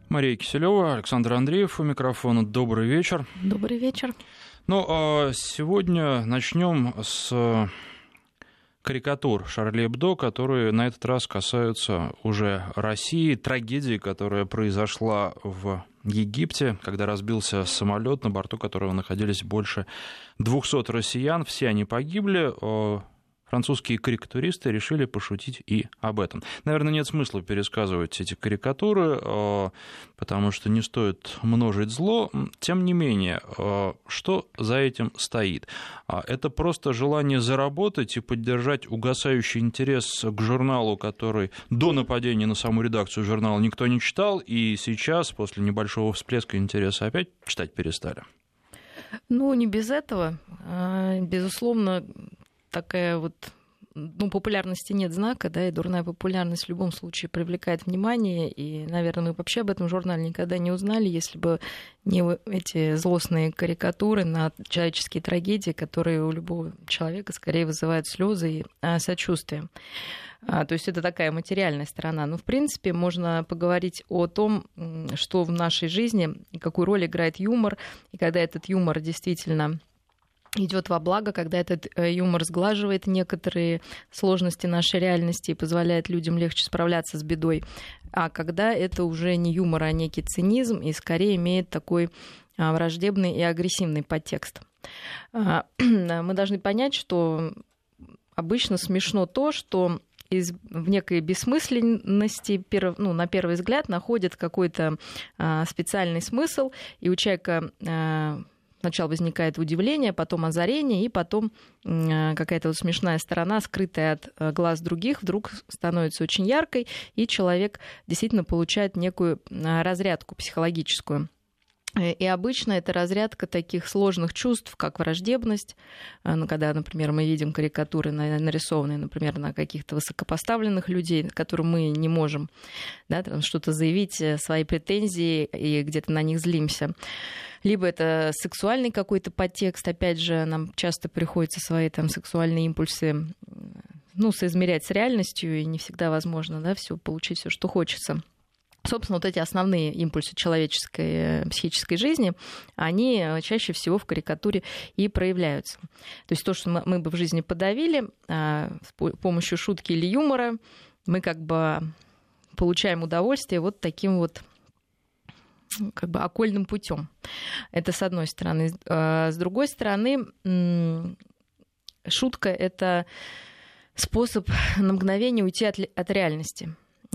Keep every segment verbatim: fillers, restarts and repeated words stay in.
Мария Киселева, Александр Андреев у микрофона. Добрый вечер. Добрый вечер. Ну, а сегодня начнем с карикатур Шарли Эбдо, которые на этот раз касаются уже России, трагедии, которая произошла в Египте, когда разбился самолет, на борту которого находились больше двухсот россиян. Все они погибли. Французские карикатуристы решили пошутить и об этом. Наверное, нет смысла пересказывать эти карикатуры, потому что не стоит множить зло. Тем не менее, что за этим стоит? Это просто желание заработать и поддержать угасающий интерес к журналу, который до нападения на саму редакцию журнала никто не читал, и сейчас, после небольшого всплеска интереса, опять читать перестали. Ну, не без этого. Безусловно, такая вот, ну, популярности нет знака, да, и дурная популярность в любом случае привлекает внимание, и, наверное, мы вообще об этом журнале никогда не узнали, если бы не эти злостные карикатуры на человеческие трагедии, которые у любого человека скорее вызывают слезы и а, сочувствие. А, то есть это такая материальная сторона. Но, в принципе, можно поговорить о том, что в нашей жизни, какую роль играет юмор, и когда этот юмор действительно идет во благо, когда этот юмор сглаживает некоторые сложности нашей реальности и позволяет людям легче справляться с бедой, а когда это уже не юмор, а некий цинизм и скорее имеет такой враждебный и агрессивный подтекст. Мы должны понять, что обычно смешно то, что из, в некой бессмысленности, ну, на первый взгляд, находит какой-то специальный смысл, и у человека сначала возникает удивление, потом озарение, и потом какая-то вот смешная сторона, скрытая от глаз других, вдруг становится очень яркой, и человек действительно получает некую разрядку психологическую. И обычно это разрядка таких сложных чувств, как враждебность, ну, когда, например, мы видим карикатуры, нарисованные, например, на каких-то высокопоставленных людей, которым мы не можем, да, там, что-то заявить, свои претензии, и где-то на них злимся. Либо это сексуальный какой-то подтекст, опять же, нам часто приходится свои там сексуальные импульсы, ну, соизмерять с реальностью, и не всегда возможно, да, всё, получить все, что хочется. Собственно, вот эти основные импульсы человеческой психической жизни, они чаще всего в карикатуре и проявляются. То есть то, что мы бы в жизни подавили, с помощью шутки или юмора мы как бы получаем удовольствие вот таким вот как бы окольным путем. Это с одной стороны. С другой стороны, шутка — это способ на мгновение уйти от, от реальности.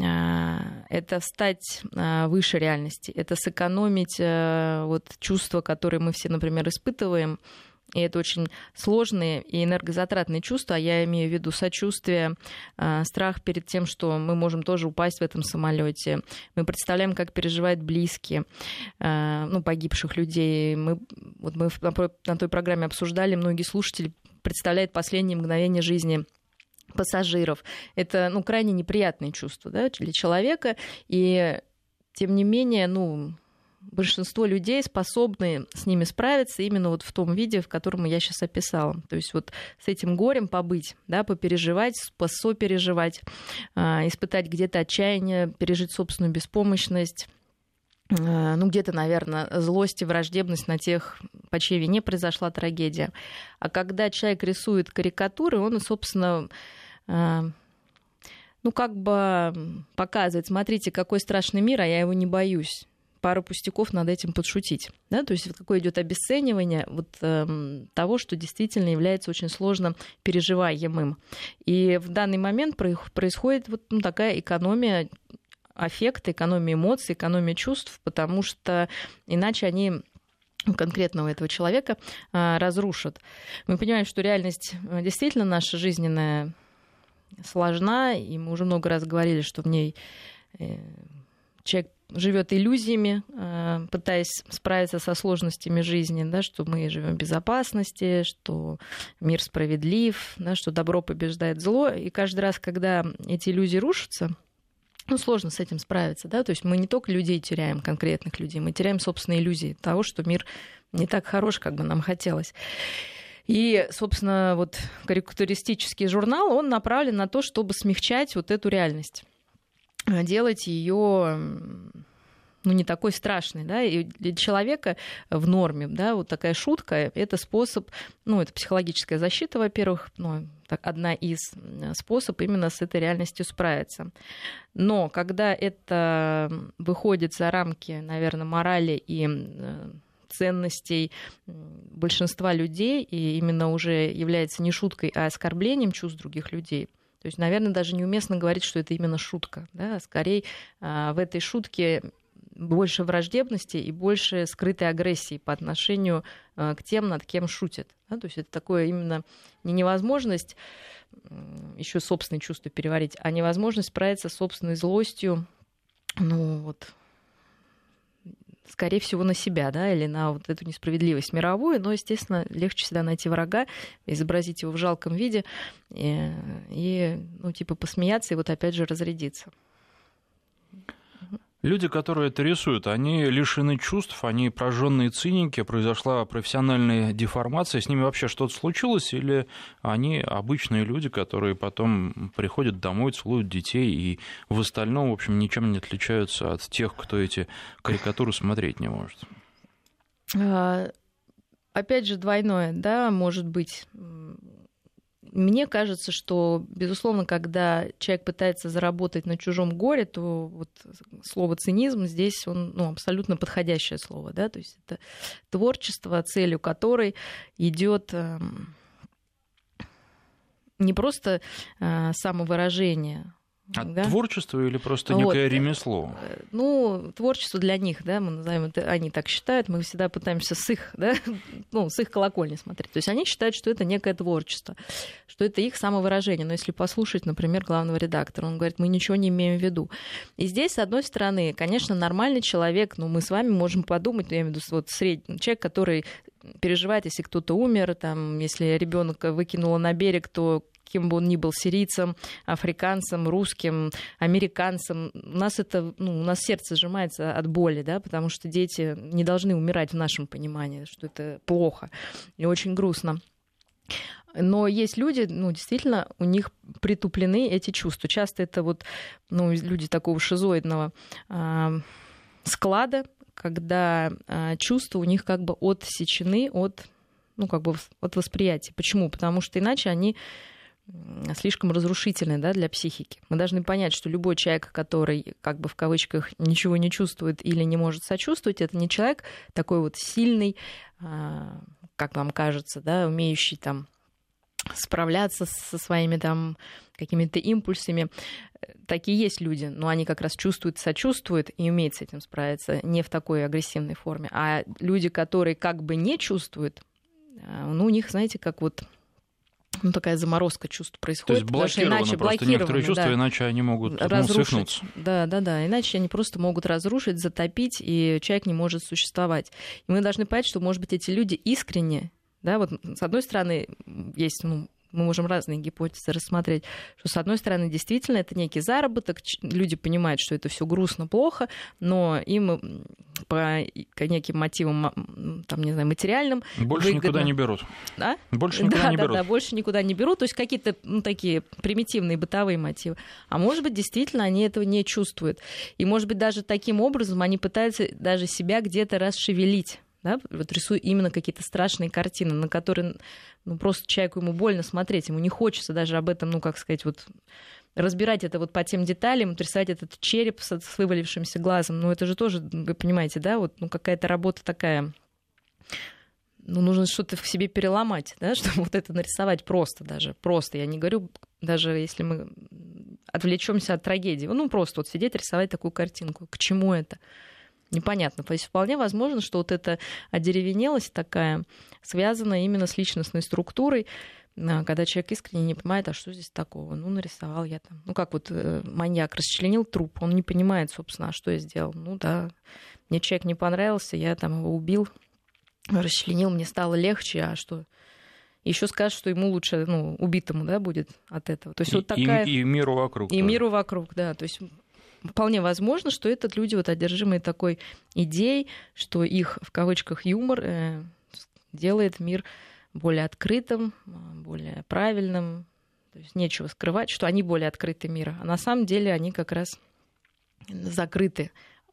Это встать выше реальности, это сэкономить вот чувства, которые мы все, например, испытываем. И это очень сложные и энергозатратные чувства. Я имею в виду сочувствие, страх перед тем, что мы можем тоже упасть в этом самолете. Мы представляем, как переживают близкие, ну, погибших людей. Мы, вот мы на той программе обсуждали, многие слушатели представляют последние мгновения жизни пассажиров. Это, ну, крайне неприятные чувства, да, для человека. И, тем не менее, ну, большинство людей способны с ними справиться именно вот в том виде, в котором я сейчас описала. То есть вот с этим горем побыть, да, попереживать, посопереживать, испытать где-то отчаяние, пережить собственную беспомощность, ну, где-то, наверное, злость и враждебность на тех, по чьей вине произошла трагедия. А когда человек рисует карикатуры, он, собственно, ну, как бы показывает: смотрите, какой страшный мир, а я его не боюсь. Пару пустяков над этим подшутить. Да? То есть вот какое идет обесценивание вот, э, того, что действительно является очень сложно переживаемым. И в данный момент происходит вот, ну, такая экономия аффекта, экономия эмоций, экономия чувств, потому что иначе они конкретного этого человека а, разрушат. Мы понимаем, что реальность действительно наша жизненная сложна, и мы уже много раз говорили, что в ней э, человек живет иллюзиями, э, пытаясь справиться со сложностями жизни, да, что мы живем в безопасности, что мир справедлив, да, что добро побеждает зло. И каждый раз, когда эти иллюзии рушатся, ну, сложно с этим справиться, да, то есть мы не только людей теряем, конкретных людей, мы теряем собственные иллюзии того, что мир не так хорош, как бы нам хотелось. И, собственно, вот карикатуристический журнал, он направлен на то, чтобы смягчать вот эту реальность, делать ее, ну, не такой страшный, да, и для человека в норме, да, вот такая шутка — это способ, ну, это психологическая защита, во-первых, ну, одна из способов именно с этой реальностью справиться. Но когда это выходит за рамки, наверное, морали и ценностей большинства людей, и именно уже является не шуткой, а оскорблением чувств других людей, то есть, наверное, даже неуместно говорить, что это именно шутка, да, скорее в этой шутке больше враждебности и больше скрытой агрессии по отношению к тем, над кем шутят. Да? То есть это такое именно не невозможность еще собственные чувства переварить, а невозможность справиться с собственной злостью, ну вот, скорее всего, на себя, да, или на вот эту несправедливость мировую, но, естественно, легче всегда найти врага, изобразить его в жалком виде и, и ну, типа, посмеяться и вот опять же разрядиться. Люди, которые это рисуют, они лишены чувств, они прожженные циники, произошла профессиональная деформация, с ними вообще что-то случилось, или они обычные люди, которые потом приходят домой, целуют детей и в остальном, в общем, ничем не отличаются от тех, кто эти карикатуры смотреть не может? Опять же, двойное, да, может быть. Мне кажется, что, безусловно, когда человек пытается заработать на чужом горе, то вот слово «цинизм» здесь он, ну, абсолютно подходящее слово. Да? То есть это творчество, целью которой идет не просто самовыражение. А да? Творчество или просто некое вот. ремесло? Ну, творчество для них, да, мы называем это, они так считают, мы всегда пытаемся с их, да, ну, с их колокольни смотреть. То есть они считают, что это некое творчество, что это их самовыражение. Но если послушать, например, главного редактора, он говорит, мы ничего не имеем в виду. И здесь, с одной стороны, конечно, нормальный человек, ну, мы с вами можем подумать, ну, я имею в виду, вот средний человек, который переживает, если кто-то умер, там, если ребенка выкинуло на берег, то кем бы он ни был, сирийцем, африканцем, русским, американцем, у нас это, ну, у нас сердце сжимается от боли, да, потому что дети не должны умирать в нашем понимании, что это плохо и очень грустно. Но есть люди, ну, действительно, у них притуплены эти чувства. Часто это вот, ну, люди такого шизоидного э, склада, когда э, чувства у них как бы отсечены от, ну, как бы от восприятия. Почему? Потому что иначе они слишком разрушительны, да, для психики. Мы должны понять, что любой человек, который, как бы в кавычках, ничего не чувствует или не может сочувствовать, это не человек такой вот сильный, как вам кажется, да, умеющий там справляться со своими там какими-то импульсами. Такие есть люди, но они как раз чувствуют, сочувствуют и умеют с этим справиться не в такой агрессивной форме. А люди, которые как бы не чувствуют, ну, у них, знаете, как вот ну, такая заморозка чувств происходит. То есть блокированы иначе просто блокированы, некоторые чувства, да. Иначе они могут разрушить. Ну, свихнуться. Да, да, да. Иначе они просто могут разрушить, затопить, и человек не может существовать. И мы должны понять, что, может быть, эти люди искренне, да, вот с одной стороны, есть, ну, мы можем разные гипотезы рассмотреть, что, с одной стороны, действительно, это некий заработок, люди понимают, что это все грустно, плохо, но им по неким мотивам, там, не знаю, материальным больше выгодно. никуда не берут. А? Больше никуда да, не да, берут. Да, больше никуда не берут, то есть какие-то, ну, такие примитивные бытовые мотивы. А может быть, действительно, они этого не чувствуют. И, может быть, даже таким образом они пытаются даже себя где-то расшевелить. Да, вот рисуя именно какие-то страшные картины, на которые, ну, просто человеку ему больно смотреть, ему не хочется даже об этом, ну, как сказать, вот разбирать это вот по тем деталям, рисовать этот череп с, с вывалившимся глазом, ну, это же тоже, вы понимаете, да, вот, ну, какая-то работа такая, ну, нужно что-то в себе переломать, да, чтобы вот это нарисовать просто даже, просто, я не говорю, даже если мы отвлечемся от трагедии, ну, просто вот сидеть, рисовать такую картинку, к чему это? Непонятно. То есть вполне возможно, что вот эта одеревенелость такая связана именно с личностной структурой, когда человек искренне не понимает, а что здесь такого? Ну, нарисовал я там. Ну, как вот э, маньяк расчленил труп, он не понимает, собственно, а что я сделал. Ну, да, мне человек не понравился, я там его убил, расчленил, мне стало легче, а что? Еще скажет, что ему лучше, ну, убитому, да, будет от этого. То есть и, вот такая... и, и миру вокруг. И тоже. Миру вокруг, да. То есть вполне возможно, что это люди, вот, одержимые такой идеей, что их, в кавычках, юмор э, делает мир более открытым, более правильным. То есть нечего скрывать, что они более открыты мира. А на самом деле они как раз закрыты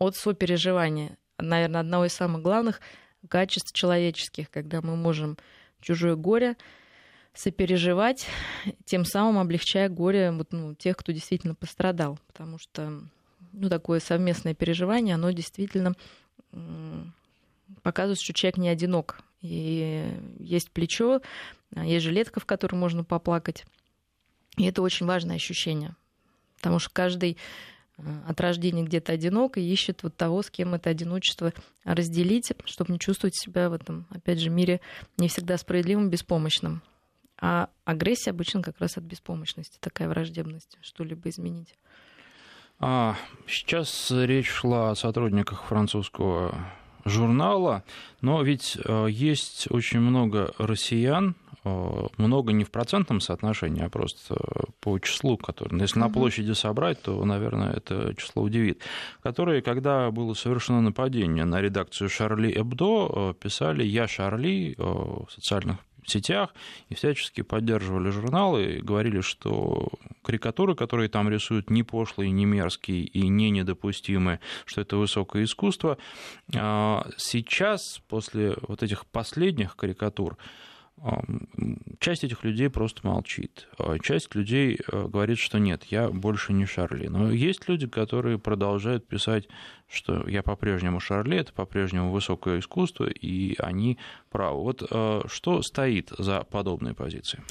от сопереживания. Наверное, одно из самых главных качеств человеческих, когда мы можем чужое горе сопереживать, тем самым облегчая горе вот, ну, тех, кто действительно пострадал. Потому что ну, такое совместное переживание, оно действительно показывает, что человек не одинок. И есть плечо, есть жилетка, в которой можно поплакать. И это очень важное ощущение. Потому что каждый от рождения где-то одинок и ищет вот того, с кем это одиночество разделить, чтобы не чувствовать себя в этом, опять же, мире не всегда справедливым, беспомощным. А агрессия обычно как раз от беспомощности, такая враждебность, что-либо изменить. А, сейчас речь шла о сотрудниках французского журнала, но ведь есть очень много россиян, много не в процентном соотношении, а просто по числу, которые, если на площади собрать, то, наверное, это число удивит, которые, когда было совершено нападение на редакцию «Шарли Эбдо», писали «Я Шарли» в социальных сетях и всячески поддерживали журнал и говорили, что карикатуры, которые там рисуют, не пошлые, не мерзкие и не недопустимые, что это высокое искусство. Сейчас, после вот этих последних карикатур, часть этих людей просто молчит. Часть людей говорит, что нет, я больше не Шарли. Но есть люди, которые продолжают писать, что я по-прежнему Шарли, это по-прежнему высокое искусство, и они правы. Вот что стоит за подобной позицией?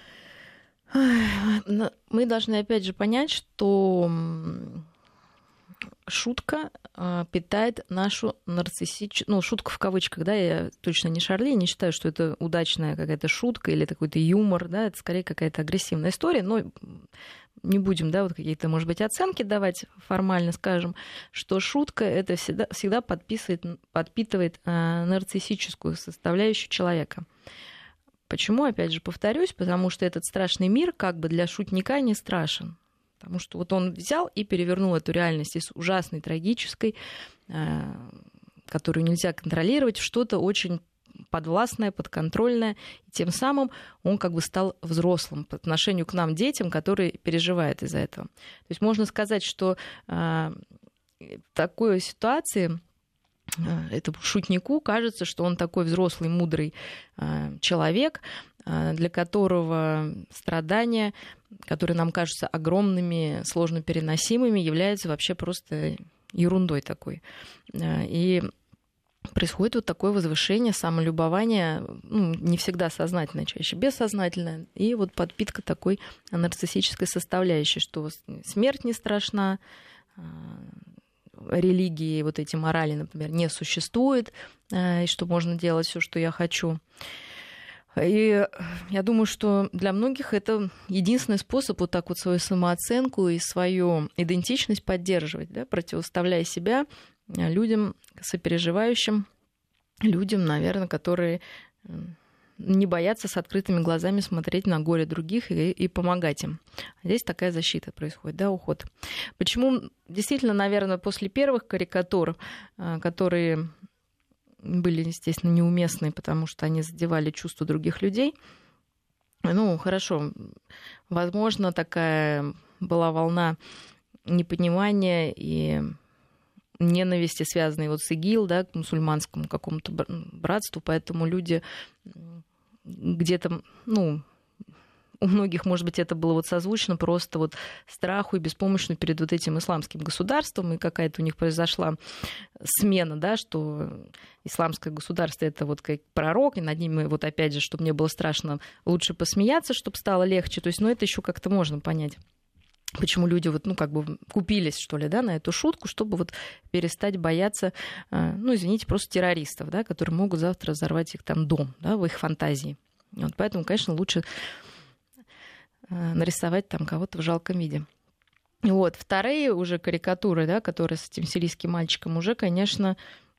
Мы должны опять же понять, что шутка питает нашу нарциссическую... Ну, шутка в кавычках, да, я точно не Шарли, не считаю, что это удачная какая-то шутка или какой-то юмор, да, это скорее какая-то агрессивная история, но не будем, да, вот какие-то, может быть, оценки давать, формально скажем, что шутка это всегда, всегда подписывает, подпитывает нарциссическую составляющую человека. Почему, опять же, повторюсь, потому что этот страшный мир как бы для шутника не страшен. Потому что вот он взял и перевернул эту реальность из ужасной, трагической, которую нельзя контролировать, в что-то очень подвластное, подконтрольное. И тем самым он как бы стал взрослым по отношению к нам, детям, которые переживают из-за этого. То есть можно сказать, что в такой ситуации этому шутнику кажется, что он такой взрослый, мудрый человек, для которого страдания, которые нам кажутся огромными, сложно переносимыми, являются вообще просто ерундой такой. И происходит вот такое возвышение, самолюбование, ну, не всегда сознательное, чаще бессознательное, и вот подпитка такой нарциссической составляющей, что смерть не страшна, религии, вот эти морали, например, не существует, и что можно делать все, что я хочу. И я думаю, что для многих это единственный способ вот так вот свою самооценку и свою идентичность поддерживать, да, противоставляя себя людям, сопереживающим, людям, наверное, которые не боятся с открытыми глазами смотреть на горе других и, и помогать им. Здесь такая защита происходит, да, уход. Почему действительно, наверное, после первых карикатур, которые были, естественно, неуместные, потому что они задевали чувства других людей. Ну, хорошо, возможно, такая была волна непонимания и ненависти, связанной вот с ИГИЛ, да, к мусульманскому какому-то братству, поэтому люди где-то, ну, у многих, может быть, это было вот созвучно просто вот страху и беспомощности перед вот этим исламским государством, и какая-то у них произошла смена, да, что исламское государство — это вот как пророк, и над ним, вот опять же, чтобы мне было страшно, лучше посмеяться, чтобы стало легче. То есть, ну, это еще как-то можно понять. Почему люди вот, ну, как бы купились, что ли, да, на эту шутку, чтобы вот перестать бояться, ну, извините, просто террористов, да, которые могут завтра взорвать их там дом, да, в их фантазии. Вот поэтому, конечно, лучше нарисовать там кого-то в жалком виде. Вот. Вторые уже карикатуры, да, которые с этим сирийским мальчиком, уже, конечно,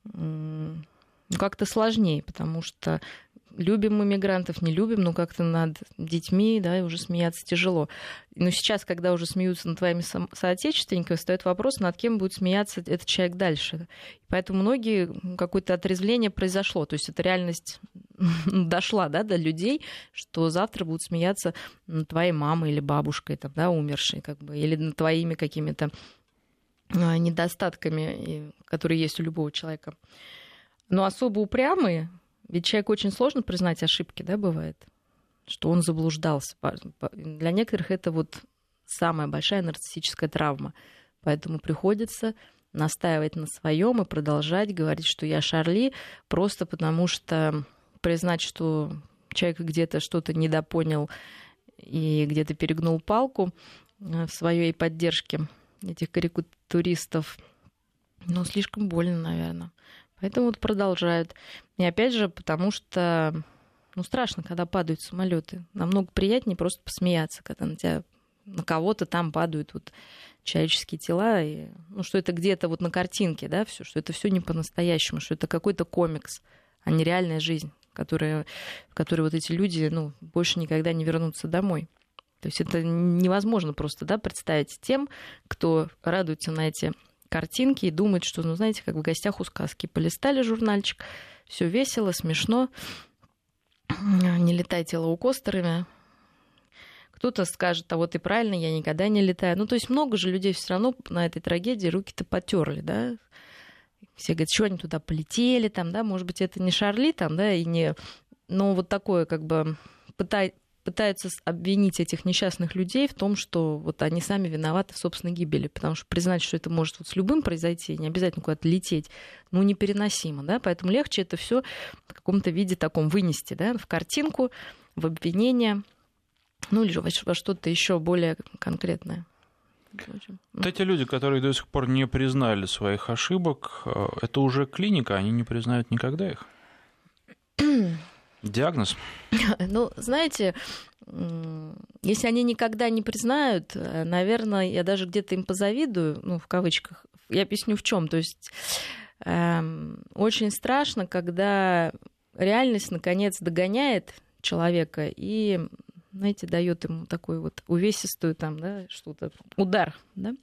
как-то сложнее, потому что любим мы мигрантов, не любим, но как-то над детьми, да, уже смеяться тяжело. Но сейчас, когда уже смеются над твоими со- соотечественниками, встает вопрос, над кем будет смеяться этот человек дальше. Поэтому многие, какое-то отрезвление произошло. То есть эта реальность дошла, да, до людей, что завтра будут смеяться над твоей мамой или бабушкой, там, да, умершей, как бы, или над твоими какими-то недостатками, которые есть у любого человека. Но особо упрямые, ведь человеку очень сложно признать ошибки, да, бывает, что он заблуждался. Для некоторых это вот самая большая нарциссическая травма. Поэтому приходится настаивать на своем и продолжать говорить, что я Шарли, просто потому что признать, что человек где-то что-то недопонял и где-то перегнул палку в своей поддержке этих карикатуристов, ну, слишком больно, наверное. Поэтому вот продолжают. И опять же, потому что, ну, страшно, когда падают самолеты. Намного приятнее просто посмеяться, когда на тебя, на кого-то там падают вот человеческие тела, и, ну, что это где-то вот на картинке, да, все, что это все не по-настоящему, что это какой-то комикс, а не реальная жизнь, которая, в которой вот эти люди, ну, больше никогда не вернутся домой. То есть это невозможно просто, да, представить тем, кто радуется на эти картинки и думает, что, ну, знаете, как в гостях у сказки. Полистали журнальчик, все весело, смешно, не летайте лоукостерами. Кто-то скажет, а вот и правильно, я никогда не летаю. Ну, то есть много же людей все равно на этой трагедии руки-то потерли, да. Все говорят, что они туда полетели, там, да, может быть, это не Шарли, там, да, и не... Но вот такое, как бы, пытай... пытаются обвинить этих несчастных людей в том, что вот они сами виноваты в собственной гибели, потому что признать, что это может вот с любым произойти, не обязательно куда-то лететь, ну, непереносимо, да, поэтому легче это все в каком-то виде таком вынести, да, в картинку, в обвинение, ну, или во что-то еще более конкретное. Вот эти люди, которые до сих пор не признали своих ошибок, это уже клиника, они не признают никогда их? Диагноз? Ну, знаете, если они никогда не признают, наверное, я даже где-то им позавидую, ну, в кавычках. Я объясню, в чем. То есть э, очень страшно, когда реальность, наконец, догоняет человека и, знаете, дает ему такой вот увесистую там, да, что-то, удар, да.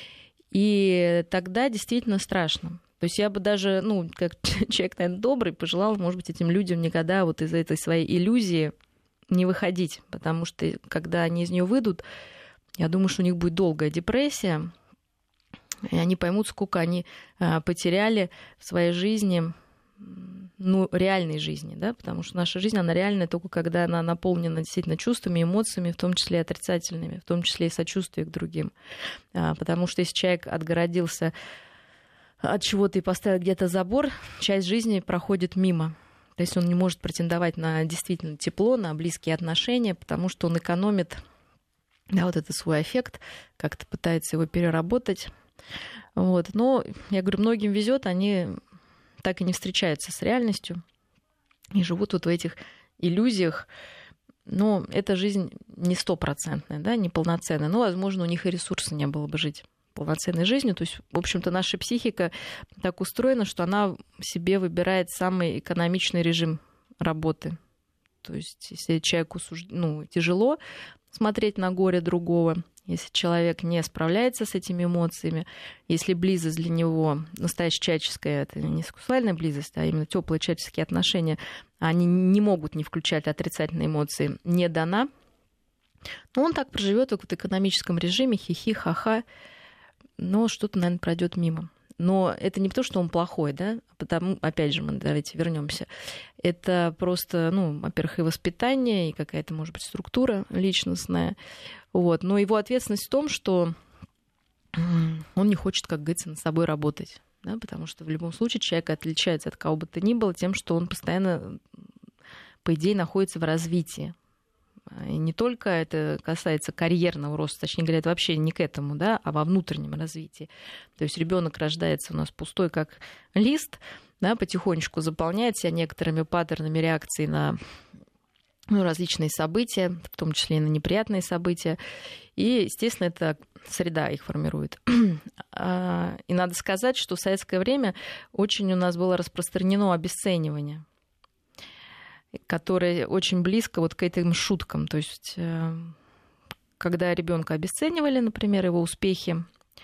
И тогда действительно страшно. То есть я бы даже, ну, как человек, наверное, добрый, пожелала, может быть, этим людям никогда вот из этой своей иллюзии не выходить, потому что когда они из нее выйдут, я думаю, что у них будет долгая депрессия, и они поймут, сколько они потеряли в своей жизни, ну, реальной жизни, да, потому что наша жизнь, она реальная только когда она наполнена действительно чувствами, эмоциями, в том числе отрицательными, в том числе и сочувствием к другим. Потому что если человек отгородился от чего-то и поставил где-то забор, часть жизни проходит мимо. То есть он не может претендовать на действительно тепло, на близкие отношения, потому что он экономит, да, вот этот свой аффект, как-то пытается его переработать. Вот. Но, я говорю, многим везет, они так и не встречаются с реальностью и живут вот в этих иллюзиях. Но эта жизнь не стопроцентная, да, не полноценная. Но, возможно, у них и ресурса не было бы жить полноценной жизнью. То есть, в общем-то, наша психика так устроена, что она себе выбирает самый экономичный режим работы. То есть, если человеку ну, тяжело смотреть на горе другого, если человек не справляется с этими эмоциями, если близость для него настоящая человеческая, это не сексуальная близость, а именно теплые человеческие отношения, они не могут не включать отрицательные эмоции, не дана, но он так проживет в экономическом режиме, хихи, ха-ха, но что-то, наверное, пройдет мимо. Но это не потому, что он плохой, да, потому, опять же, мы давайте вернемся. Это просто, ну, во-первых, и воспитание, и какая-то, может быть, структура личностная. Вот. Но его ответственность в том, что он не хочет, как говорится, над собой работать. Да, потому что в любом случае человек отличается от кого бы то ни было тем, что он постоянно, по идее, находится в развитии. И не только это касается карьерного роста, точнее говоря, это вообще не к этому, да, а во внутреннем развитии. То есть ребенок рождается у нас пустой, как лист, да, потихонечку заполняет себя некоторыми паттернами реакции на, ну, различные события, в том числе и на неприятные события. И, естественно, эта среда их формирует. И надо сказать, что в советское время очень у нас было распространено обесценивание, которое очень близко вот к этим шуткам. То есть, когда ребенка обесценивали, например, его успехи,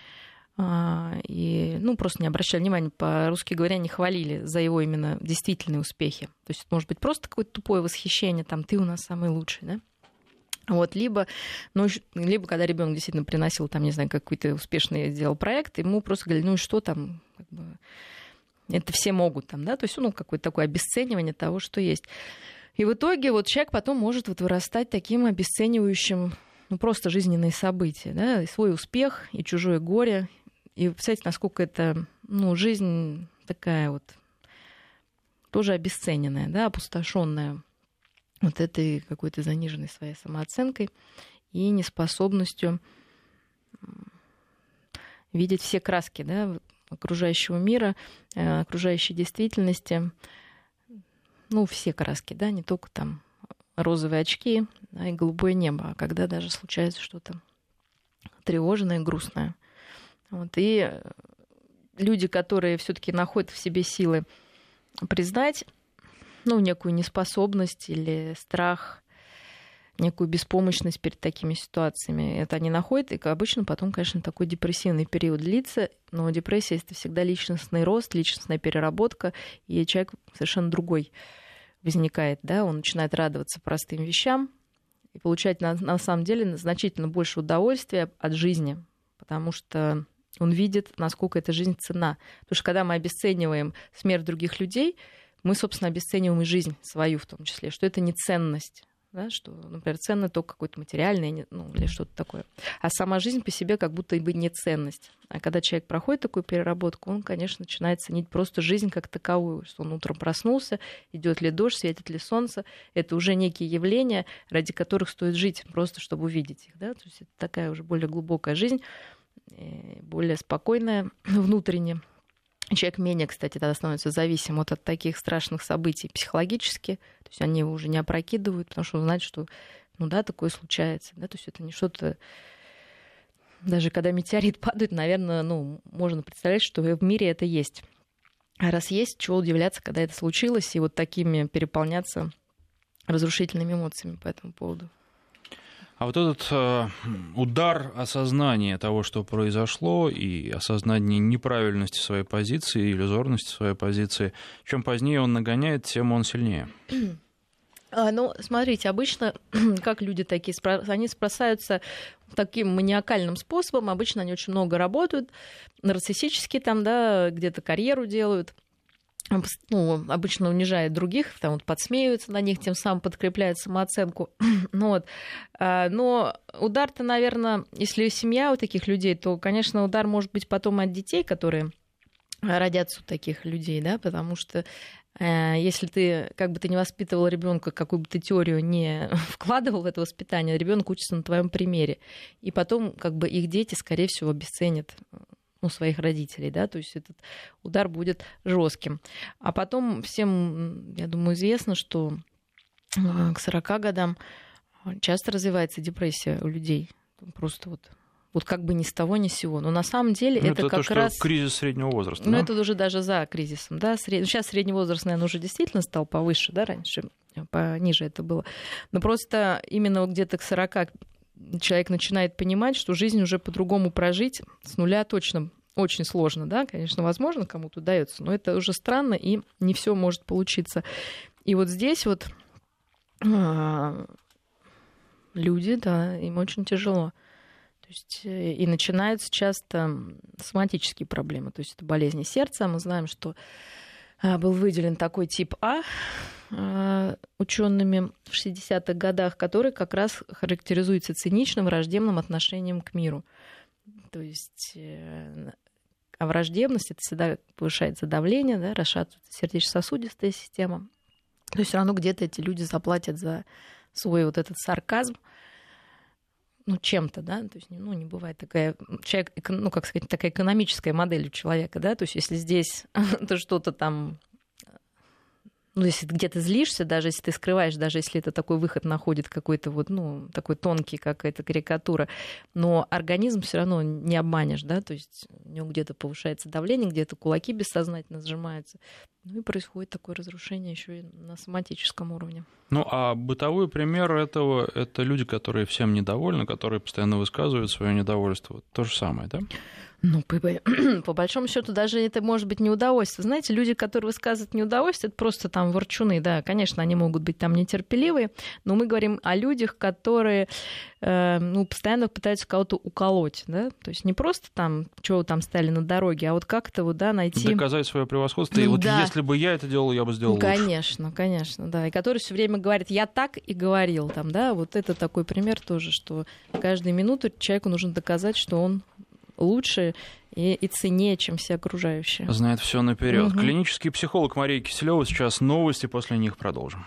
и, ну, просто не обращали внимания, по-русски говоря, не хвалили за его именно действительные успехи. То есть, это может быть просто какое-то тупое восхищение, там, ты у нас самый лучший, да? Вот, либо, ну, либо когда ребенок действительно приносил, там, не знаю, какой-то успешный сделал проект, ему просто говорили, ну и что там, как бы, это все могут там, да, то есть, ну, какое-то такое обесценивание того, что есть. И в итоге вот человек потом может вот вырастать таким обесценивающим, ну, просто жизненные события, да, и свой успех, и чужое горе. И представляете, насколько это, ну, жизнь такая вот тоже обесцененная, да, опустошенная вот этой какой-то заниженной своей самооценкой и неспособностью видеть все краски, да, окружающего мира, окружающей действительности, ну, все краски, да, не только там розовые очки, да, и голубое небо, а когда даже случается что-то тревожное, грустное. Вот, и люди, которые все-таки находят в себе силы признать, ну, некую неспособность или страх, некую беспомощность перед такими ситуациями. Это они находят, и обычно потом, конечно, такой депрессивный период длится, но депрессия — это всегда личностный рост, личностная переработка, и человек совершенно другой возникает, да, он начинает радоваться простым вещам и получать на, на самом деле значительно больше удовольствия от жизни, потому что он видит, насколько эта жизнь ценна. Потому что когда мы обесцениваем смерть других людей, мы, собственно, обесцениваем и жизнь свою в том числе, что это не ценность, да, что, например, ценно только какое-то материальное, ну, или что-то такое. А сама жизнь по себе как будто бы не ценность. А когда человек проходит такую переработку, он, конечно, начинает ценить просто жизнь как таковую, что он утром проснулся, идет ли дождь, светит ли солнце. Это уже некие явления, ради которых стоит жить, просто чтобы увидеть их. Да? То есть это такая уже более глубокая жизнь, более спокойная внутренне. Человек менее, кстати, тогда становится зависим вот от таких страшных событий психологически. То есть они его уже не опрокидывают, потому что он знает, что ну да, такое случается. Да? То есть это не что-то... Даже когда метеорит падает, наверное, ну, можно представлять, что в мире это есть. А раз есть, чего удивляться, когда это случилось, и вот такими переполняться разрушительными эмоциями по этому поводу. А вот этот э, удар осознания того, что произошло, и осознание неправильности своей позиции, иллюзорности своей позиции, чем позднее он нагоняет, тем он сильнее. А, ну, смотрите, обычно, как люди такие, они спасаются таким маниакальным способом, обычно они очень много работают, нарциссически там, да, где-то карьеру делают, ну, обычно унижает других, там вот подсмеиваются на них, тем самым подкрепляют самооценку. Ну, вот. Но удар-то, наверное, если семья у таких людей, то, конечно, удар может быть потом от детей, которые родятся у таких людей, да, потому что если ты, как бы ты не воспитывал ребенка, какую бы ты теорию не вкладывал в это воспитание, ребенок учится на твоем примере. И потом, как бы, их дети, скорее всего, обесценят, ну, своих родителей, да, то есть этот удар будет жестким. А потом всем, я думаю, известно, что к сорока годам часто развивается депрессия у людей. Просто вот, вот как бы ни с того, ни с сего. Но на самом деле ну, это, это как то, раз... кризис среднего возраста, Ну, да? да? Это уже даже за кризисом, да. Сред... Сейчас средний возраст, наверное, уже действительно стал повыше, да, раньше пониже это было. Но просто именно вот где-то к сорока человек начинает понимать, что жизнь уже по-другому прожить с нуля точно очень сложно, да, конечно, возможно, кому-то удается, но это уже странно, и не все может получиться. И вот здесь вот а, люди, да, им очень тяжело. То есть, и начинаются часто соматические проблемы, то есть это болезни сердца. Мы знаем, что был выделен такой тип А учеными в шестидесятых годах, который как раз характеризуется циничным, враждебным отношением к миру. То есть а враждебность, это всегда повышается давление, да, расшатывается сердечно-сосудистая система. То есть все равно где-то эти люди заплатят за свой вот этот сарказм, ну, чем-то, да, то есть, ну, не бывает такая, человек, ну, как сказать, такая экономическая модель у человека, да, то есть если здесь то что-то там, ну, если ты где-то злишься, даже если ты скрываешь, даже если это такой выход находит какой-то вот, ну, такой тонкий, какая-то карикатура, но организм все равно не обманешь, да, то есть у него где-то повышается давление, где-то кулаки бессознательно сжимаются, ну и происходит такое разрушение еще и на соматическом уровне. Ну, а бытовой пример этого — это люди, которые всем недовольны, которые постоянно высказывают свое недовольство. То же самое, да? Ну, по, по большому счету, даже это может быть не удовольствие. Знаете, люди, которые высказывают неудовольствие, это просто там ворчуны, да, конечно, они могут быть там нетерпеливые, но мы говорим о людях, которые э, ну, постоянно пытаются кого-то уколоть, да, то есть не просто там, чего вы там стали на дороге, а вот как-то вот, да, найти... Доказать свое превосходство, и вот да. если бы я это делал, я бы сделал лучше. Конечно, конечно, да, и который все время говорит, я так и говорил, там, да, вот это такой пример тоже, что каждую минуту человеку нужно доказать, что он лучше и, и ценнее, чем все окружающие. Знает все наперед. Угу. Клинический психолог Мария Киселева. Сейчас новости, после них продолжим.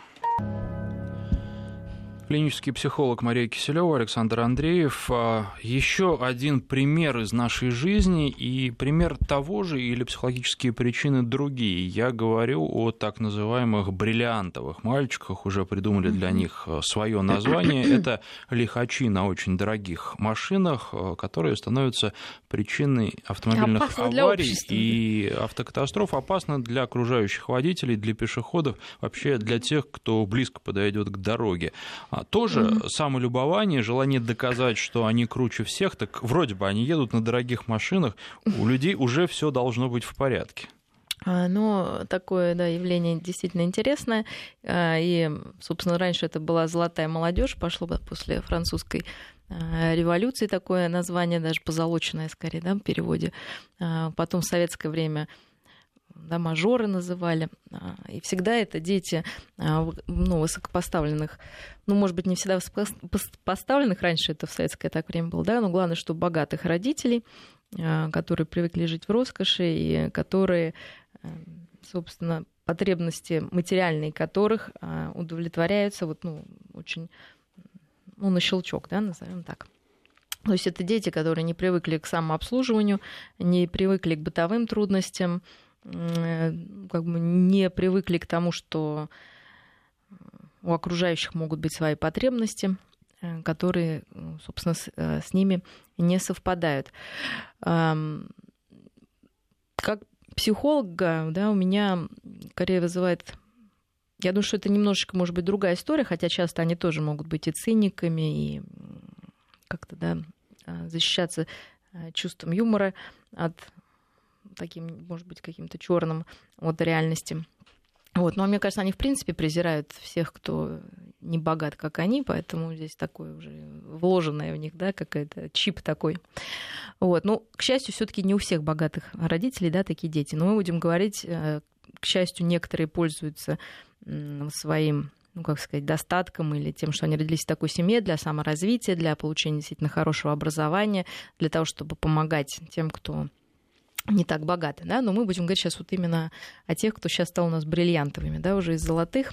Клинический психолог Мария Киселева, Александр Андреев. Еще один пример из нашей жизни и пример того же или психологические причины другие. Я говорю о так называемых бриллиантовых мальчиках, уже придумали для них свое название. Это лихачи на очень дорогих машинах, которые становятся причиной автомобильных опасно аварий и автокатастроф. Опасно для окружающих водителей, для пешеходов, вообще для тех, кто близко подойдет к дороге. Тоже mm-hmm. самолюбование, желание доказать, что они круче всех, так вроде бы они едут на дорогих машинах, у людей уже все должно быть в порядке. Ну, такое, да, явление действительно интересное. И, собственно, раньше это была золотая молодежь, пошло после французской революции такое название, даже позолоченное скорее, да, в переводе. Потом в советское время, да, мажоры называли. И всегда это дети, ну, высокопоставленных, ну, может быть, не всегда высокопоставленных, раньше это в советское так время было, да, но главное, что богатых родителей, которые привыкли жить в роскоши и которые, собственно, потребности материальные которых удовлетворяются вот, ну, очень, ну, на щелчок, да, назовем так. То есть это дети, которые не привыкли к самообслуживанию, не привыкли к бытовым трудностям, как бы не привыкли к тому, что у окружающих могут быть свои потребности, которые, собственно, с, с ними не совпадают. Как психолога, да, у меня скорее вызывает... Я думаю, что это немножечко, может быть, другая история, хотя часто они тоже могут быть и циниками, и как-то, да, защищаться чувством юмора от таким, может быть, каким-то черным от реальности. Вот. Но мне кажется, они, в принципе, презирают всех, кто не богат, как они, поэтому здесь такое уже вложенное в них, да, какой-то чип такой. Вот. Ну, к счастью, все-таки не у всех богатых родителей, да, такие дети. Но мы будем говорить, к счастью, некоторые пользуются своим, ну, как сказать, достатком или тем, что они родились в такой семье для саморазвития, для получения действительно хорошего образования, для того, чтобы помогать тем, кто не так богаты, да, но мы будем говорить сейчас вот именно о тех, кто сейчас стал у нас бриллиантовыми, да, уже из золотых.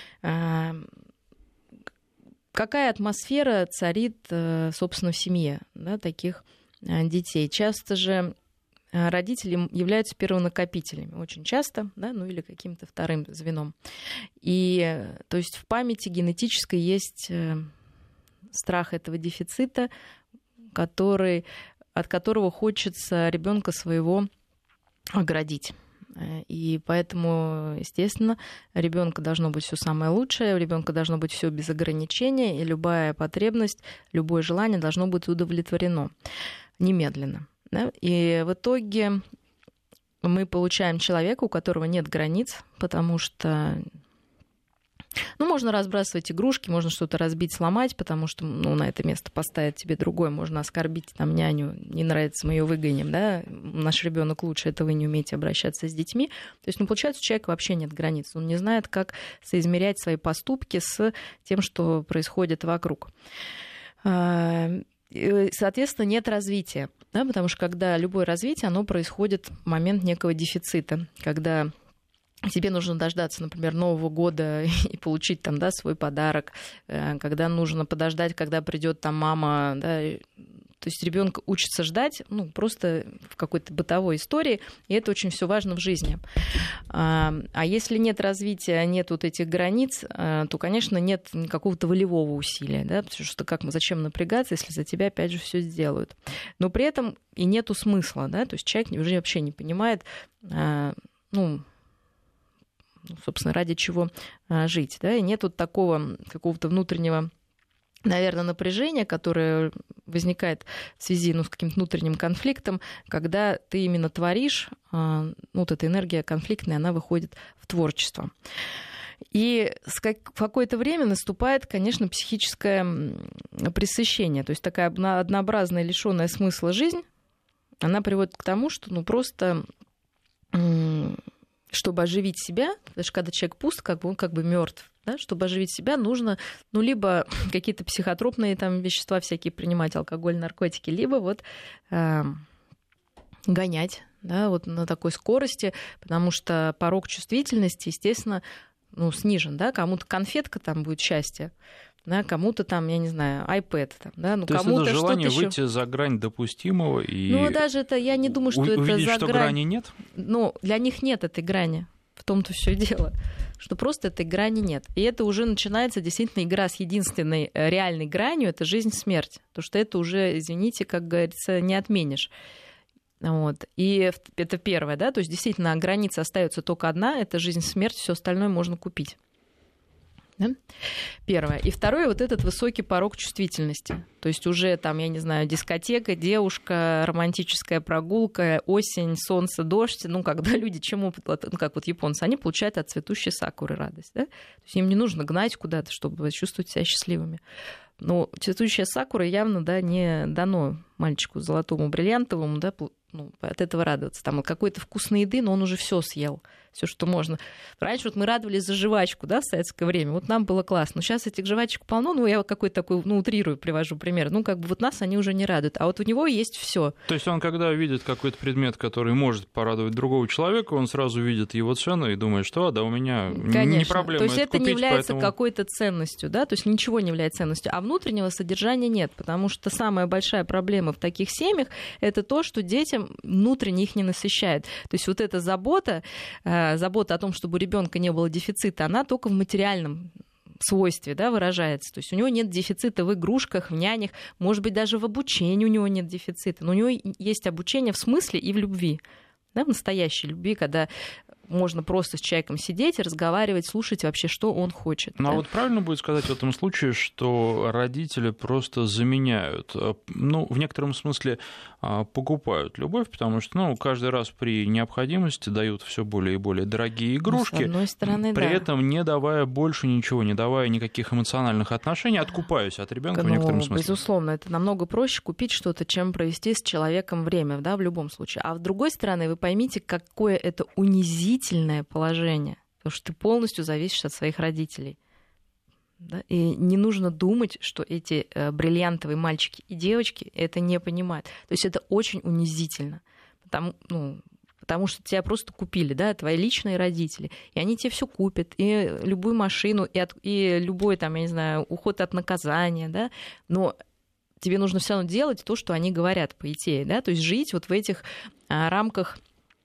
Какая атмосфера царит, собственно, в семье, да, таких детей? Часто же родители являются первонакопителями, очень часто, да, ну или каким-то вторым звеном. И, то есть, в памяти генетической есть страх этого дефицита, который... от которого хочется ребенка своего оградить. И поэтому, естественно, ребенка должно быть все самое лучшее, у ребенка должно быть все без ограничения, и любая потребность, любое желание должно быть удовлетворено немедленно. Да? И в итоге мы получаем человека, у которого нет границ, потому что... Ну, можно разбрасывать игрушки, можно что-то разбить, сломать, потому что, ну, на это место поставить тебе другое, можно оскорбить там няню, не нравится, мы ее выгоним, да, наш ребенок лучше, это вы не умеете обращаться с детьми. То есть, ну, получается, у человека вообще нет границ, он не знает, как соизмерять свои поступки с тем, что происходит вокруг. Соответственно, нет развития, да, потому что когда любое развитие, оно происходит в момент некого дефицита, когда... тебе нужно дождаться, например, Нового года и получить там, да, свой подарок, когда нужно подождать, когда придет там мама, да, то есть ребенок учится ждать, ну, просто в какой-то бытовой истории, и это очень все важно в жизни. А если нет развития, нет вот этих границ, то, конечно, нет какого-то волевого усилия, да, потому что как, зачем напрягаться, если за тебя опять же все сделают. Но при этом и нету смысла, да, то есть человек уже вообще не понимает, ну, собственно, ради чего жить, да, и нет вот такого какого-то внутреннего наверное, напряжение, которое возникает в связи ну, с каким-то внутренним конфликтом, когда ты именно творишь, ну, вот эта энергия конфликтная, она выходит в творчество. И в какое-то время наступает, конечно, психическое пресыщение, то есть такая однообразная, лишённая смысла жизнь, она приводит к тому, что ну, просто... чтобы оживить себя, даже когда человек пуст, как бы он как бы мертв, да, чтобы оживить себя, нужно ну, либо какие-то психотропные там, вещества всякие принимать, алкоголь, наркотики, либо вот э, гонять да, вот на такой скорости, потому что порог чувствительности, естественно, ну, снижен. Да? Кому-то конфетка там будет счастье, да, кому-то там, я не знаю, iPad. Там, да, ну, то кому-то есть это желание что-то выйти ещё... за грань допустимого и... Ну, даже это, я не думаю, что У- это увидеть, за что грань. грани нет? Ну, для них нет этой грани. В том-то все и дело, что просто этой грани нет. И это уже начинается действительно игра с единственной реальной гранью, это жизнь-смерть. Потому что это уже, извините, как говорится, не отменишь. Вот. И это первое, да, то есть действительно граница остается только одна, это жизнь-смерть, все остальное можно купить. Да? Первое. И второе, вот этот высокий порог чувствительности. То есть уже там, я не знаю, дискотека, девушка, романтическая прогулка, осень, солнце, дождь. Ну, когда люди чему, ну, как вот японцы, они получают от цветущей сакуры радость. Да? То есть им не нужно гнать куда-то, чтобы чувствовать себя счастливыми. Но цветущая сакура явно да, не дано мальчику золотому, бриллиантовому, да, ну, от этого радоваться. Там какой-то вкусной еды, но он уже все съел, все, что можно. Раньше вот мы радовались за жвачку, да, в советское время, вот нам было классно. Но сейчас этих жвачек полно, ну, я какой-то такой, ну, утрирую, привожу пример. Ну, как бы вот нас они уже не радуют, а вот у него есть все. То есть он, когда видит какой-то предмет, который может порадовать другого человека, он сразу видит его цену и думает, что, а, да, у меня Конечно. не проблема. То есть это, это купить, не является поэтому... какой-то ценностью, да, то есть ничего не является ценностью, а внутреннего содержания нет, потому что самая большая проблема в таких семьях — это то, что детям внутренне их не насыщает. То есть вот эта забота, забота о том, чтобы у ребенка не было дефицита, она только в материальном свойстве, да, выражается. То есть у него нет дефицита в игрушках, в нянях, может быть, даже в обучении у него нет дефицита, но у него есть обучение в смысле и в любви, да, в настоящей любви, когда можно просто с человеком сидеть и разговаривать, слушать вообще, что он хочет. Ну, да? а вот правильно будет сказать в этом случае, что родители просто заменяют, ну, в некотором смысле покупают любовь, потому что, ну, каждый раз при необходимости дают все более и более дорогие игрушки, ну, с одной стороны, при да. этом не давая больше ничего, не давая никаких эмоциональных отношений, откупаюсь от ребенка ну, в некотором смысле. Безусловно, это намного проще купить что-то, чем провести с человеком время, да, в любом случае. А с другой стороны, вы поймите, какое это унизительное положение, потому что ты полностью зависишь от своих родителей. Да? И не нужно думать, что эти э, бриллиантовые мальчики и девочки это не понимают. То есть это очень унизительно, потому, ну, потому что тебя просто купили, да, твои личные родители, и они тебе все купят, и любую машину, и, от, и любой, там, я не знаю, уход от наказания, да, но тебе нужно все равно делать то, что они говорят, по идее, да, то есть жить вот в этих а, рамках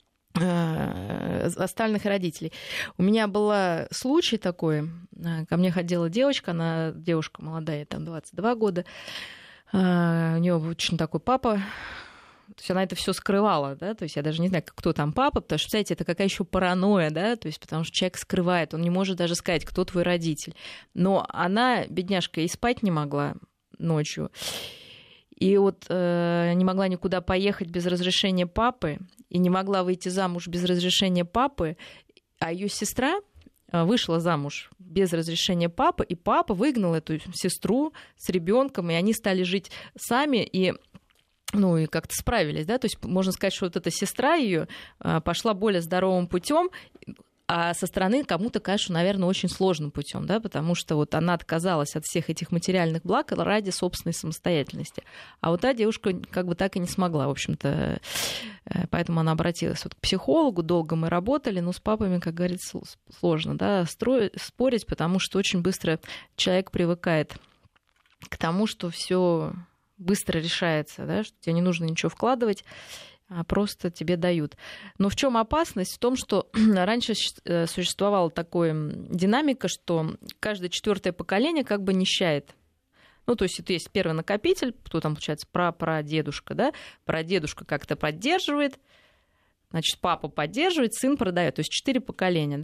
остальных родителей. У меня был случай такой, ко мне ходила девочка, она девушка молодая, там двадцать два года, у нее очень такой папа, то есть она это все скрывала, да, то есть я даже не знаю, кто там папа, потому что, знаете, это какая еще паранойя, да, то есть потому что человек скрывает, он не может даже сказать, кто твой родитель. Но она, бедняжка, и спать не могла ночью. И вот э, не могла никуда поехать без разрешения папы, и не могла выйти замуж без разрешения папы, а ее сестра вышла замуж без разрешения папы, и папа выгнал эту сестру с ребенком, и они стали жить сами, и ну и как-то справились, да, то есть можно сказать, что вот эта сестра ее пошла более здоровым путем, а со стороны кому-то, конечно, наверное, очень сложным путем, да, потому что вот она отказалась от всех этих материальных благ ради собственной самостоятельности. А вот та девушка как бы так и не смогла, в общем-то, поэтому она обратилась вот к психологу, долго мы работали, но с папами, как говорится, сложно, да, строить, спорить, потому что очень быстро человек привыкает к тому, что все быстро решается, да, что тебе не нужно ничего вкладывать, а просто тебе дают. Но в чем опасность? В том, что раньше существовала такая динамика, что каждое четвертое поколение как бы нищает. Ну, то есть это есть первый накопитель, кто там, получается, прапрадедушка, да, прадедушка как-то поддерживает, значит, папа поддерживает, сын продает, то есть четыре поколения, да,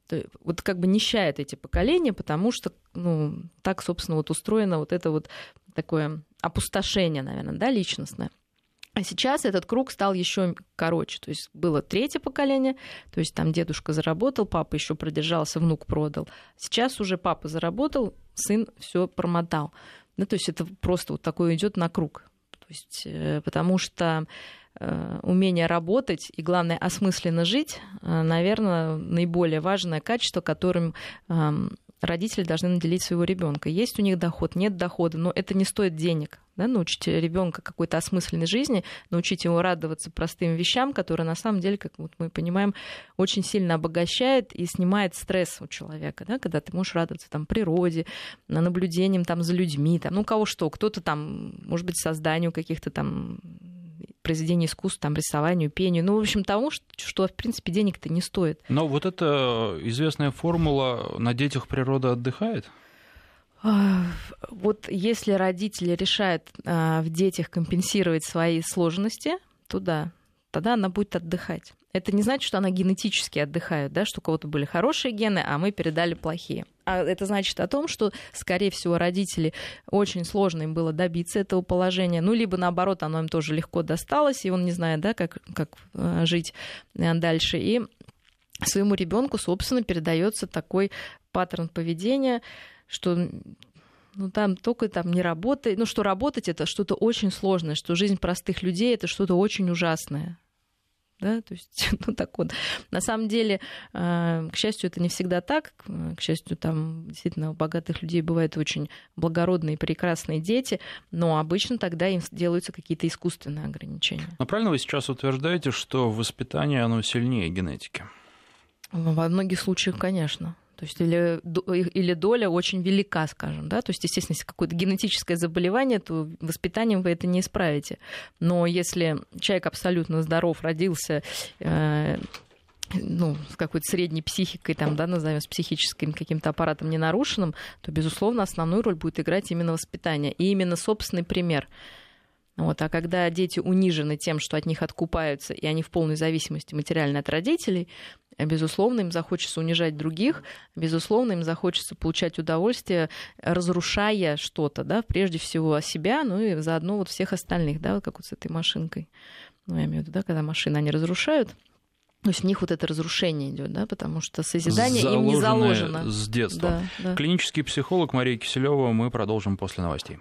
вот как бы нищают эти поколения, потому что, ну, так, собственно, вот устроено вот это вот такое опустошение, наверное, да, личностное. А сейчас этот круг стал еще короче. То есть было третье поколение, то есть там дедушка заработал, папа еще продержался, внук продал. Сейчас уже папа заработал, сын все промотал. Ну, то есть это просто вот такой идет на круг. То есть, потому что умение работать и, главное, осмысленно жить, наверное, наиболее важное качество, которым родители должны наделить своего ребенка. Есть у них доход, нет дохода, но это не стоит денег. Да, научить ребенка какой-то осмысленной жизни, научить его радоваться простым вещам, которые на самом деле, как вот мы понимаем, очень сильно обогащает и снимает стресс у человека, да, когда ты можешь радоваться там, природе, наблюдением там, за людьми, там, ну, у кого что, кто-то там, может быть, созданию каких-то там произведений искусства, там, рисованию, пению, ну, в общем, тому, что, что в принципе, денег-то не стоит. Но вот эта известная формула «на детях природа отдыхает»? Вот если родители решают в детях компенсировать свои сложности, то да, тогда она будет отдыхать. Это не значит, что она генетически отдыхает, да, что у кого-то были хорошие гены, а мы передали плохие. А это значит о том, что, скорее всего, родители очень сложно им было добиться этого положения, ну, либо наоборот, оно им тоже легко досталось, и он не знает, да, как, как жить дальше. И своему ребенку, собственно, передается такой паттерн поведения, что ну, там только там не работает, ну, что работать это что-то очень сложное, что жизнь простых людей это что-то очень ужасное. Да, то есть, ну, так вот. На самом деле, к счастью, это не всегда так. К счастью, там действительно у богатых людей бывают очень благородные, прекрасные дети, но обычно тогда им делаются какие-то искусственные ограничения. Но правильно вы сейчас утверждаете, что воспитание, оно сильнее генетики? Во многих случаях, конечно. То есть или, или доля очень велика, скажем, да, то есть, естественно, если какое-то генетическое заболевание, то воспитанием вы это не исправите. Но если человек абсолютно здоров, родился, э, ну, с какой-то средней психикой, там, да, назовем, с психическим каким-то аппаратом не нарушенным, то, безусловно, основную роль будет играть именно воспитание и именно собственный пример. Вот, а когда дети унижены тем, что от них откупаются, и они в полной зависимости материально от родителей, безусловно, им захочется унижать других, безусловно, им захочется получать удовольствие, разрушая что-то, да, прежде всего себя, ну и заодно вот всех остальных, да, вот как вот с этой машинкой. Ну, я имею в виду, да, когда машины они разрушают, то есть в них вот это разрушение идет, да, потому что созидание им не заложено. С детства. Да, да. Клинический психолог Мария Киселева. Мы продолжим после новостей.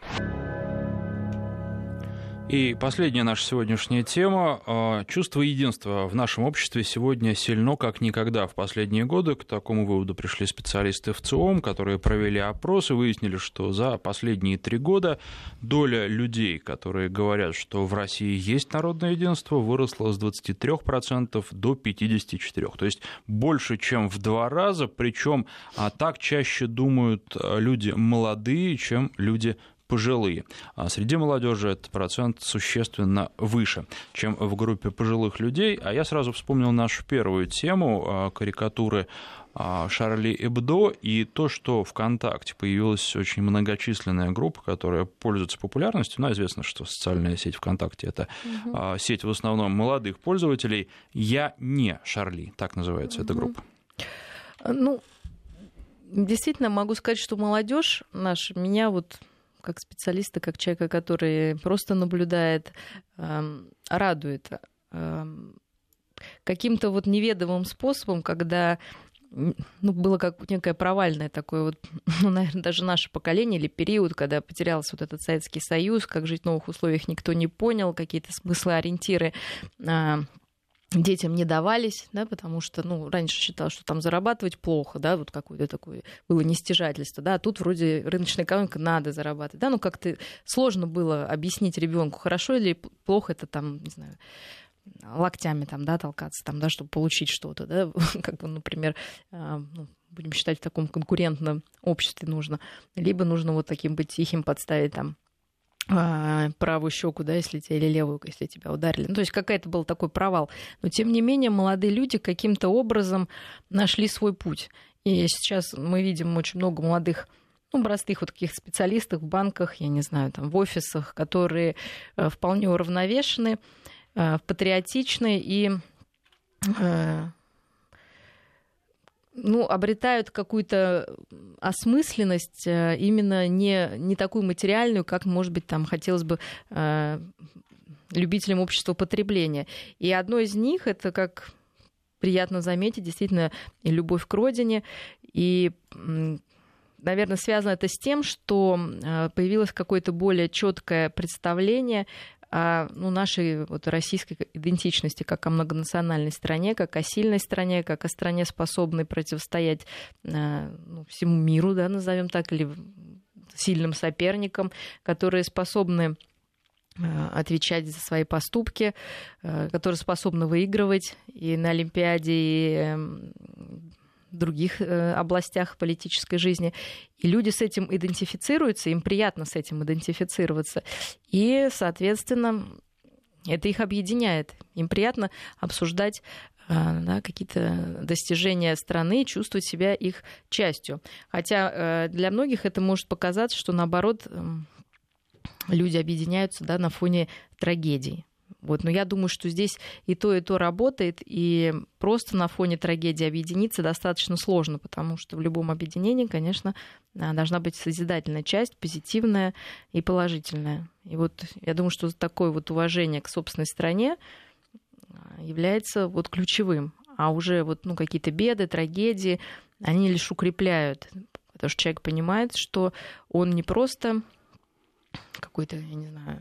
И последняя наша сегодняшняя тема. Чувство единства в нашем обществе сегодня сильно, как никогда в последние годы. К такому выводу пришли специалисты ВЦИОМ, которые провели опрос и выяснили, что за последние три года доля людей, которые говорят, что в России есть народное единство, выросла с двадцати трёх процентов до пятидесяти четырёх процентов. То есть больше, чем в два раза. Причем так чаще думают люди молодые, чем люди пожилые. А среди молодежи этот процент существенно выше, чем в группе пожилых людей. А я сразу вспомнил нашу первую тему карикатуры Шарли Эбдо и то, что ВКонтакте появилась очень многочисленная группа, которая пользуется популярностью. Ну, известно, что социальная сеть ВКонтакте — это угу. сеть в основном молодых пользователей. «Я не Шарли», так называется угу. эта группа. Ну, действительно, могу сказать, что молодежь наша меня вот как специалиста, как человека, который просто наблюдает, радует каким-то вот неведомым способом, когда ну, было как некое провальное такое вот, ну, наверное, даже наше поколение или период, когда потерялся вот этот Советский Союз, как жить в новых условиях никто не понял, какие-то смыслы, ориентиры детям не давались, да, потому что, ну, раньше считалось, что там зарабатывать плохо, да, вот какое-то такое было нестяжательство, да, а тут вроде рыночная экономика, надо зарабатывать, да, ну, как-то сложно было объяснить ребенку, хорошо или плохо это там, не знаю, локтями там, да, толкаться там, да, чтобы получить что-то, да, как бы, например, ну, будем считать, в таком конкурентном обществе нужно, либо нужно вот таким быть тихим, подставить там правую щеку, да, если тебя, или левую, если тебя ударили. Ну, то есть какой-то был такой провал. Но, тем не менее, молодые люди каким-то образом нашли свой путь. И сейчас мы видим очень много молодых, ну, простых вот таких специалистов в банках, я не знаю, там, в офисах, которые вполне уравновешены, патриотичны и ну, обретают какую-то осмысленность именно не, не такую материальную, как, может быть, там хотелось бы э, любителям общества потребления. И одно из них — это, как приятно заметить, действительно, и любовь к родине. И, наверное, связано это с тем, что появилось какое-то более четкое представление о ну, нашей вот, российской идентичности как о многонациональной стране, как о сильной стране, как о стране, способной противостоять ну, всему миру, да, назовем так, или сильным соперникам, которые способны отвечать за свои поступки, которые способны выигрывать и на Олимпиаде, и в других областях политической жизни. И люди с этим идентифицируются, им приятно с этим идентифицироваться. И, соответственно, это их объединяет. Им приятно обсуждать да, какие-то достижения страны, чувствовать себя их частью. Хотя для многих это может показаться, что, наоборот, люди объединяются да, на фоне трагедий. Вот. Но я думаю, что здесь и то, и то работает, и просто на фоне трагедии объединиться достаточно сложно, потому что в любом объединении, конечно, должна быть созидательная часть, позитивная и положительная. И вот я думаю, что такое вот уважение к собственной стране является вот ключевым. А уже вот, ну, какие-то беды, трагедии, они лишь укрепляют, потому что человек понимает, что он не просто какой-то, я не знаю,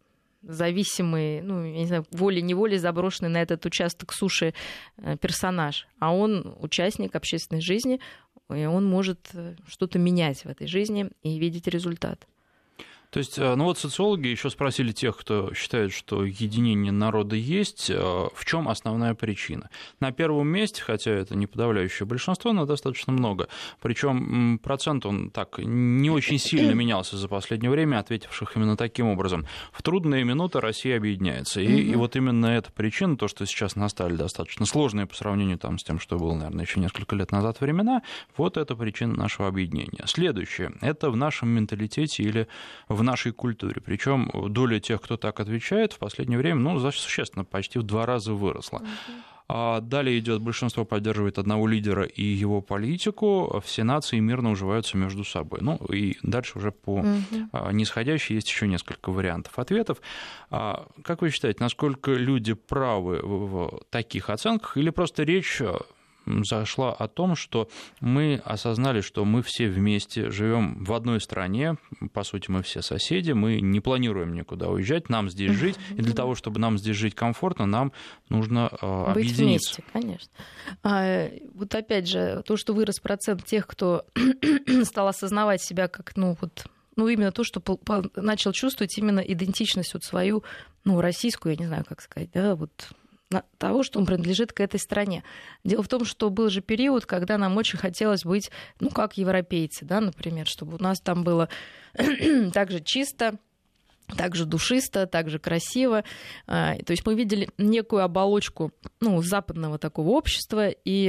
зависимый, ну, я не знаю, волей-неволей заброшенный на этот участок суши персонаж, а он участник общественной жизни, и он может что-то менять в этой жизни и видеть результат. То есть, ну вот социологи еще спросили тех, кто считает, что единение народа есть, в чем основная причина. На первом месте, хотя это не подавляющее большинство, но достаточно много, причем процент он так не очень сильно менялся за последнее время, ответивших именно таким образом. В трудные минуты Россия объединяется. И, mm-hmm. и вот именно эта причина, то, что сейчас настали достаточно сложные по сравнению там, с тем, что было, наверное, еще несколько лет назад времена, вот это причина нашего объединения. Следующее, это в нашем менталитете или в нашей культуре. Причем доля тех, кто так отвечает, в последнее время ну, существенно, почти в два раза выросла. Uh-huh. А далее идет, большинство поддерживает одного лидера и его политику, все нации мирно уживаются между собой. Ну и дальше уже по uh-huh. нисходящей есть еще несколько вариантов ответов. Как вы считаете, насколько люди правы в таких оценках, или просто речь зашла о том, что мы осознали, что мы все вместе живем в одной стране, по сути, мы все соседи, мы не планируем никуда уезжать, нам здесь жить, и для того, чтобы нам здесь жить комфортно, нам нужно э, быть объединиться. Вместе, конечно. А, вот опять же, то, что вырос процент тех, кто стал осознавать себя как, ну, вот, ну, именно то, что начал чувствовать именно идентичность вот свою, ну, российскую, я не знаю, как сказать, да, вот, того, что он принадлежит к этой стране. Дело в том, что был же период, когда нам очень хотелось быть, ну, как европейцы, да, например, чтобы у нас там было так же чисто, так же душисто, так же красиво. То есть мы видели некую оболочку, ну, западного такого общества, и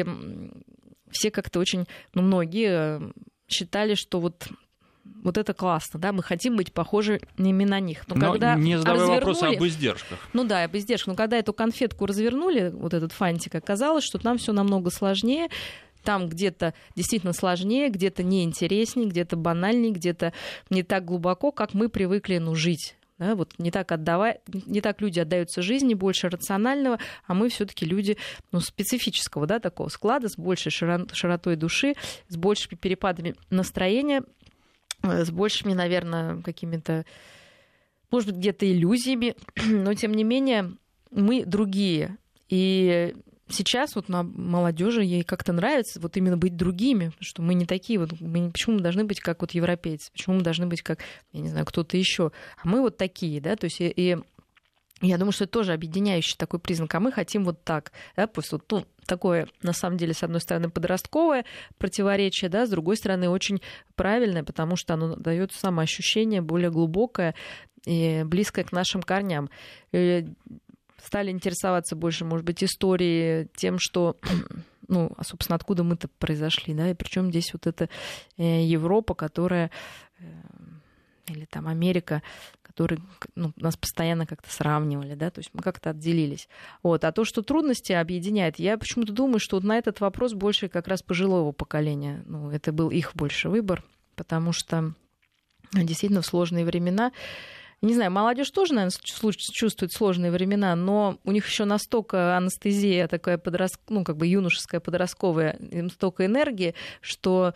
все как-то очень, ну, многие считали, что вот вот это классно, да, мы хотим быть похожи именно на них. Но, Но когда не задавая вопроса об издержках. Ну да, об издержках. Но когда эту конфетку развернули, вот этот фантик, оказалось, что там все намного сложнее. Там где-то действительно сложнее, где-то неинтереснее, где-то банальнее, где-то не так глубоко, как мы привыкли, ну, жить. Да, вот не так, отдавая, не так люди отдаются жизни, больше рационального, а мы все-таки люди, ну, специфического, да, такого склада, с большей широтой души, с большими перепадами настроения, с большими, наверное, какими-то, может быть, где-то иллюзиями, но, тем не менее, мы другие. И сейчас вот на молодежи ей как-то нравится вот именно быть другими, что мы не такие, вот мы, почему мы должны быть как вот европейцы, почему мы должны быть как, я не знаю, кто-то еще, а мы вот такие, да, то есть и, и я думаю, что это тоже объединяющий такой признак, а мы хотим вот так, да, пусть вот, ну, такое, на самом деле, с одной стороны, подростковое противоречие, да, с другой стороны, очень правильное, потому что оно дает самоощущение более глубокое и близкое к нашим корням. И стали интересоваться больше, может быть, историей, тем, что, ну, а, собственно, откуда мы-то произошли, да, и причем здесь вот эта Европа, которая или там Америка, которые, ну, нас постоянно как-то сравнивали, да, то есть мы как-то отделились. Вот. А то, что трудности объединяет, я почему-то думаю, что вот на этот вопрос больше как раз пожилого поколения, ну, это был их больше выбор, потому что действительно в сложные времена, не знаю, молодежь тоже, наверное, чувствует сложные времена, но у них еще настолько анестезия такая подростк... ну, как бы юношеская, подростковая, им столько энергии, что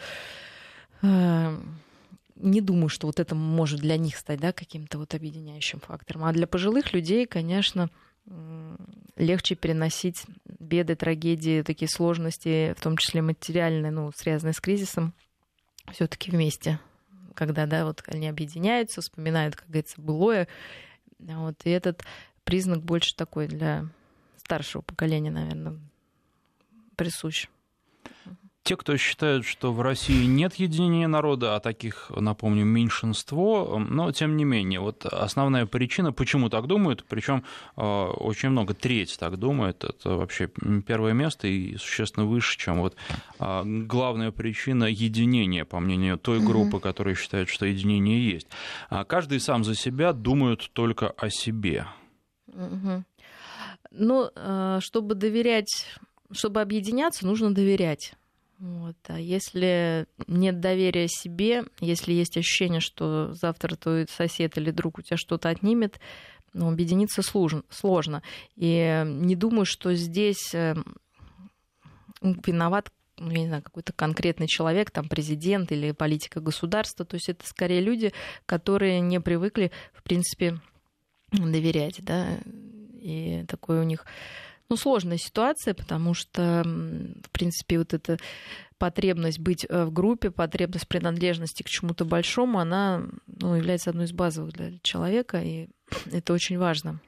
э, не думаю, что вот это может для них стать, да, каким-то вот объединяющим фактором. А для пожилых людей, конечно, легче переносить беды, трагедии, такие сложности, в том числе материальные, ну, связанные с кризисом, все-таки вместе. Когда, да, вот они объединяются, вспоминают, как говорится, былое. Вот, и этот признак больше такой для старшего поколения, наверное, присущ. Те, кто считают, что в России нет единения народа, а таких, напомню, меньшинство, но тем не менее, вот основная причина, почему так думают, причем очень много, треть так думает, это вообще первое место и существенно выше, чем вот главная причина единения, по мнению той группы, mm-hmm. которая считает, что единение есть. Каждый сам за себя думает только о себе. Mm-hmm. Ну, чтобы доверять, чтобы объединяться, нужно доверять. Вот. А если нет доверия себе, если есть ощущение, что завтра твой сосед или друг у тебя что-то отнимет, ну, объединиться сложно. И не думаю, что здесь виноват, ну, я не знаю, какой-то конкретный человек, там, президент или политика государства. То есть это скорее люди, которые не привыкли, в принципе, доверять, да, и такой у них... Ну, сложная ситуация, потому что, в принципе, вот эта потребность быть в группе, потребность принадлежности к чему-то большому, она, ну, является одной из базовых для человека, и это очень важно,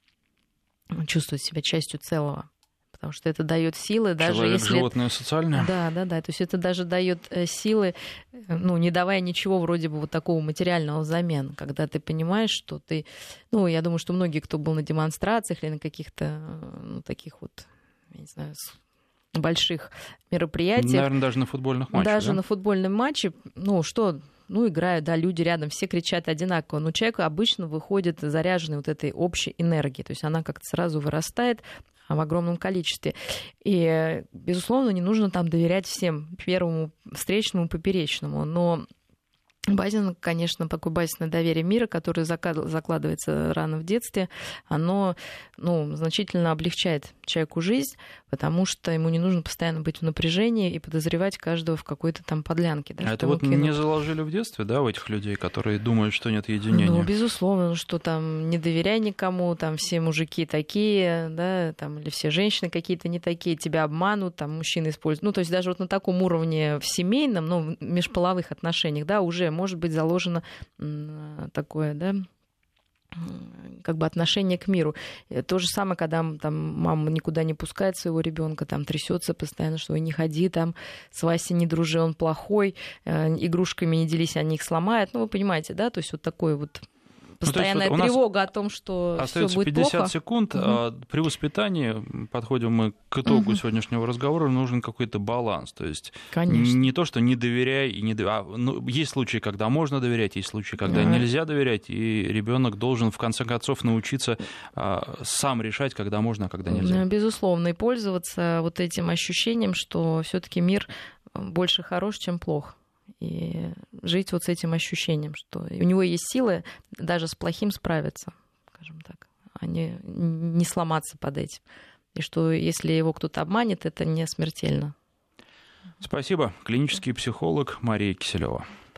чувствовать себя частью целого. Потому что это дает силы, даже Человек, если... животное, социальное. Да, да, да. То есть это даже дает силы, ну, не давая ничего вроде бы вот такого материального взамен, когда ты понимаешь, что ты... Ну, я думаю, что многие, кто был на демонстрациях или на каких-то, ну, таких вот, я не знаю, больших мероприятиях... Наверное, даже на футбольных матчах. Даже да? на футбольном матче, ну, что... Ну, играют, да, люди рядом, все кричат одинаково, но человек обычно выходит заряженный вот этой общей энергией, то есть она как-то сразу вырастает в огромном количестве. И, безусловно, не нужно там доверять всем, первому встречному, поперечному, но базин, конечно, такое базисное доверие мира, которое закладывается рано в детстве, оно, ну, значительно облегчает человеку жизнь, потому что ему не нужно постоянно быть в напряжении и подозревать каждого в какой-то там подлянке. Да, а это вот кинут. Не заложили в детстве, да, у этих людей, которые думают, что нет единения? Ну, безусловно, что там не доверяй никому, там все мужики такие, да, там, или все женщины какие-то не такие, тебя обманут, там мужчины используют. Ну, то есть даже вот на таком уровне в семейном, ну, в межполовых отношениях, да, уже может быть заложено такое, да, как бы отношение к миру. То же самое, когда там мама никуда не пускает своего ребенка, там трясется постоянно, что не ходи, там с Васей не дружи, он плохой, игрушками не делись, они их сломают. Ну, вы понимаете, да, то есть вот такой вот постоянная ну, тревога о том, что все будет плохо. Остается пятьдесят секунд. Угу. При воспитании, подходим мы к итогу угу. сегодняшнего разговора, нужен какой-то баланс. То есть Конечно. не то, что не доверяй, и не доверяй. А, ну, есть случаи, когда можно доверять, есть случаи, когда да. нельзя доверять, и ребенок должен в конце концов научиться а, сам решать, когда можно, а когда нельзя. Безусловно, и пользоваться вот этим ощущением, что все-таки мир больше хорош, чем плох. И жить вот с этим ощущением, что у него есть силы даже с плохим справиться, скажем так, а не, не сломаться под этим. И что если его кто-то обманет, это не смертельно. Спасибо. Клинический психолог Мария Киселева.